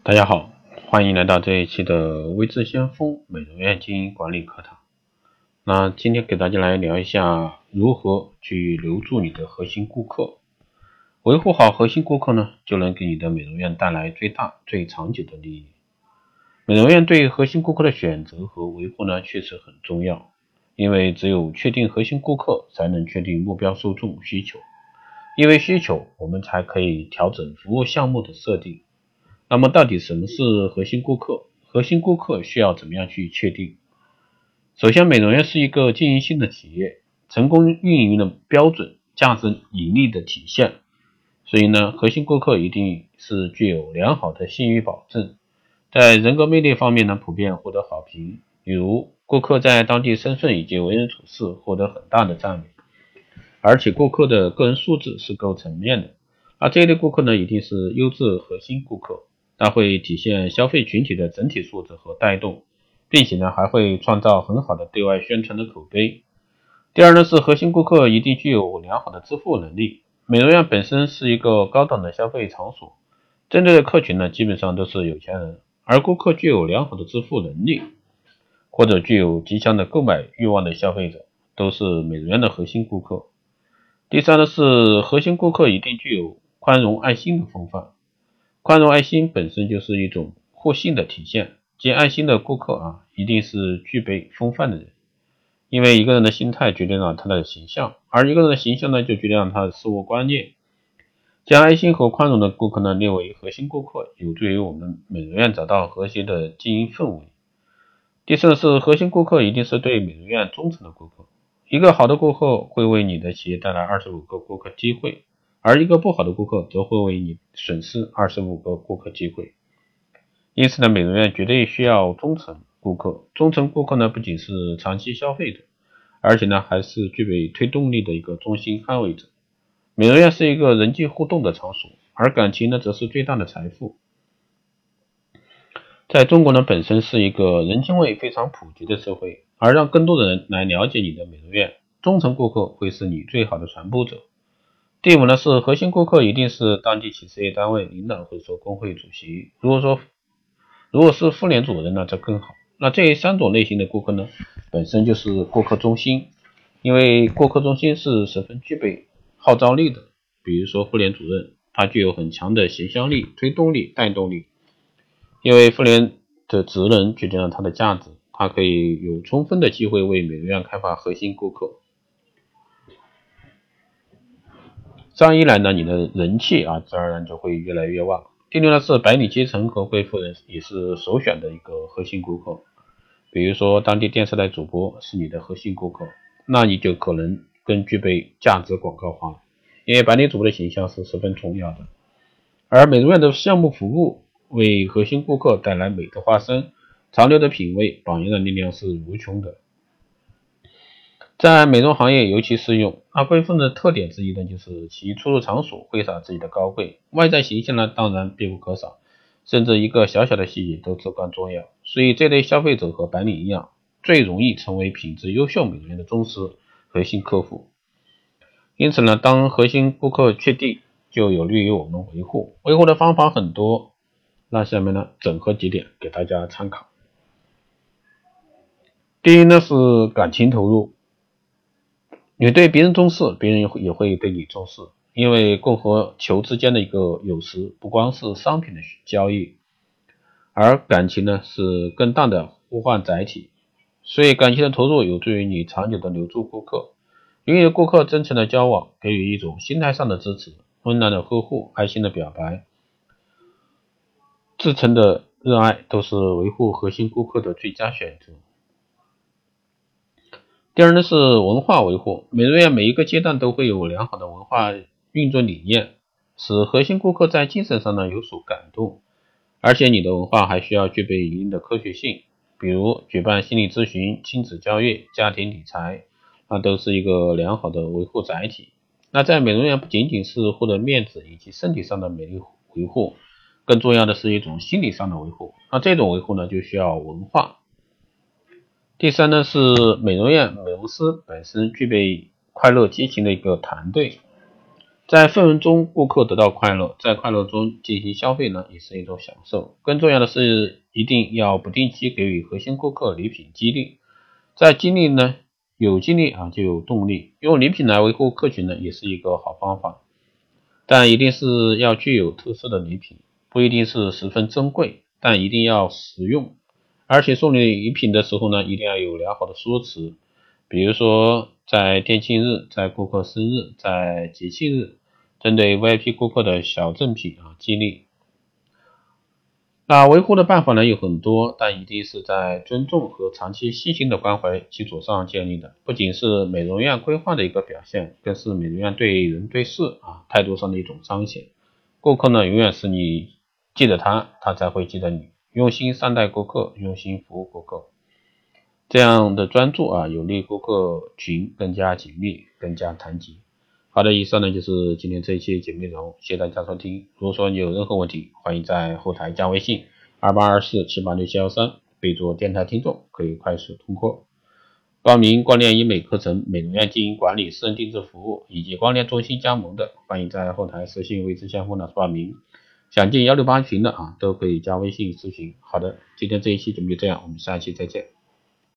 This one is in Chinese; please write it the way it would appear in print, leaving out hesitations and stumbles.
大家好，欢迎来到这一期的微智先锋美容院经营管理课堂。那今天给大家来聊一下如何去留住你的核心顾客。维护好核心顾客呢，就能给你的美容院带来最大最长久的利益。美容院对核心顾客的选择和维护呢，确实很重要，因为只有确定核心顾客，才能确定目标受众需求。因为需求，我们才可以调整服务项目的设定。那么到底什么是核心顾客？核心顾客需要怎么样去确定？首先，美容院是一个经营性的企业，成功运营的标准，价值盈利的体现。所以呢，核心顾客一定是具有良好的信誉保证，在人格魅力方面呢，普遍获得好评。比如，顾客在当地生存以及为人处事获得很大的赞美，而且顾客的个人素质是够层面的。这一类顾客呢，一定是优质核心顾客。它会体现消费群体的整体素质和带动，并且呢还会创造很好的对外宣传的口碑。第二呢是核心顾客一定具有良好的支付能力。美容院本身是一个高档的消费场所，针对的客群呢基本上都是有钱人，而顾客具有良好的支付能力，或者具有极强的购买欲望的消费者，都是美容院的核心顾客。第三呢是核心顾客一定具有宽容爱心的风范。宽容爱心本身就是一种互信的体现，即爱心的顾客一定是具备风范的人。因为一个人的心态决定了他的形象，而一个人的形象呢就决定了他的事物观念。将爱心和宽容的顾客呢列为核心顾客，有助于我们美容院找到和谐的经营氛围。第四是核心顾客一定是对美容院忠诚的顾客。一个好的顾客会为你的企业带来25个顾客机会，而一个不好的顾客则会为你损失25个顾客机会。因此呢，美容院绝对需要忠诚顾客。忠诚顾客呢，不仅是长期消费者，而且呢，还是具备推动力的一个中心捍卫者。美容院是一个人际互动的场所，而感情呢，则是最大的财富。在中国呢，本身是一个人情味非常普及的社会，而让更多的人来了解你的美容院，忠诚顾妇会是你最好的传播者。第五呢是核心顾客一定是当地企事业单位领导或者说工会主席，如果是妇联主任呢则更好。那这三种类型的顾客呢本身就是顾客中心，因为顾客中心是十分具备号召力的。比如说妇联主任，他具有很强的形象力、推动力、带动力，因为妇联的职能决定了他的价值，他可以有充分的机会为美容院开发核心顾客。这样一来呢，你的人气自然而然就会越来越旺。第六呢是白领阶层和贵妇人也是首选的一个核心顾客。比如说当地电视台主播是你的核心顾客，那你就可能更具备价值广告化，因为白领主播的形象是十分重要的。而美容院的项目服务为核心顾客带来美的化身，潮流的品味，榜样的力量是无穷的。在美容行业尤其适用。贵妇的特点之一呢，就是其出入场所挥洒自己的高贵，外在形象呢当然必不可少，甚至一个小小的细节都至关重要。所以这类消费者和白领一样，最容易成为品质优秀美容院的忠实核心客户。因此呢，当核心顾客确定，就有利于我们维护。维护的方法很多，那下面呢整合几点给大家参考。第一呢是感情投入。你对别人重视，别人也会对你重视，因为供和求之间的一个友实不光是商品的交易，而感情呢是更大的互换载体。所以感情的投入有助于你长久的留住顾客。与顾客真诚的交往，给予一种心态上的支持，温暖的呵护，爱心的表白，至诚的热爱，都是维护核心顾客的最佳选择。第二呢是文化维护。美容院每一个阶段都会有良好的文化运作理念，使核心顾客在精神上呢有所感动。而且你的文化还需要具备一定的科学性，比如举办心理咨询、亲子教育、家庭理财，那都是一个良好的维护载体。那在美容院不仅仅是获得面子以及身体上的美丽维护，更重要的是一种心理上的维护。那这种维护呢就需要文化。第三呢是美容院美容师本身具备快乐激情的一个团队。 在氛围中，顾客得到快乐，在快乐中进行消费呢，也是一种享受。更重要的是，一定要不定期给予核心顾客礼品激励。在激励呢，有激励就有动力。用礼品来维护客群呢，也是一个好方法。但一定是要具有特色的礼品，不一定是十分珍贵，但一定要实用。而且送礼品的时候呢，一定要有良好的说辞，比如说在店庆日、在顾客生日、在节气日，针对 VIP 顾客的小赠品激励。那维护的办法呢有很多，但一定是在尊重和长期细心的关怀基础上建立的，不仅是美容院规划的一个表现，更是美容院对人对事态度上的一种彰显。顾客呢永远是你记得他，他才会记得你。用心善待顾客，用心服务顾客，这样的专注有利顾客群更加紧密，更加团结。好的，以上呢就是今天这一期节目内容，谢谢大家收听。如果说你有任何问题，欢迎在后台加微信2824786713，备注电台听众，可以快速通过。报名光电医美课程、美容院经营管理、私人定制服务以及光电中心加盟的，欢迎在后台私信为之相锋老师报名。想进168群的都可以加微信咨询。好的，今天这一期节目就这样，我们下期再见。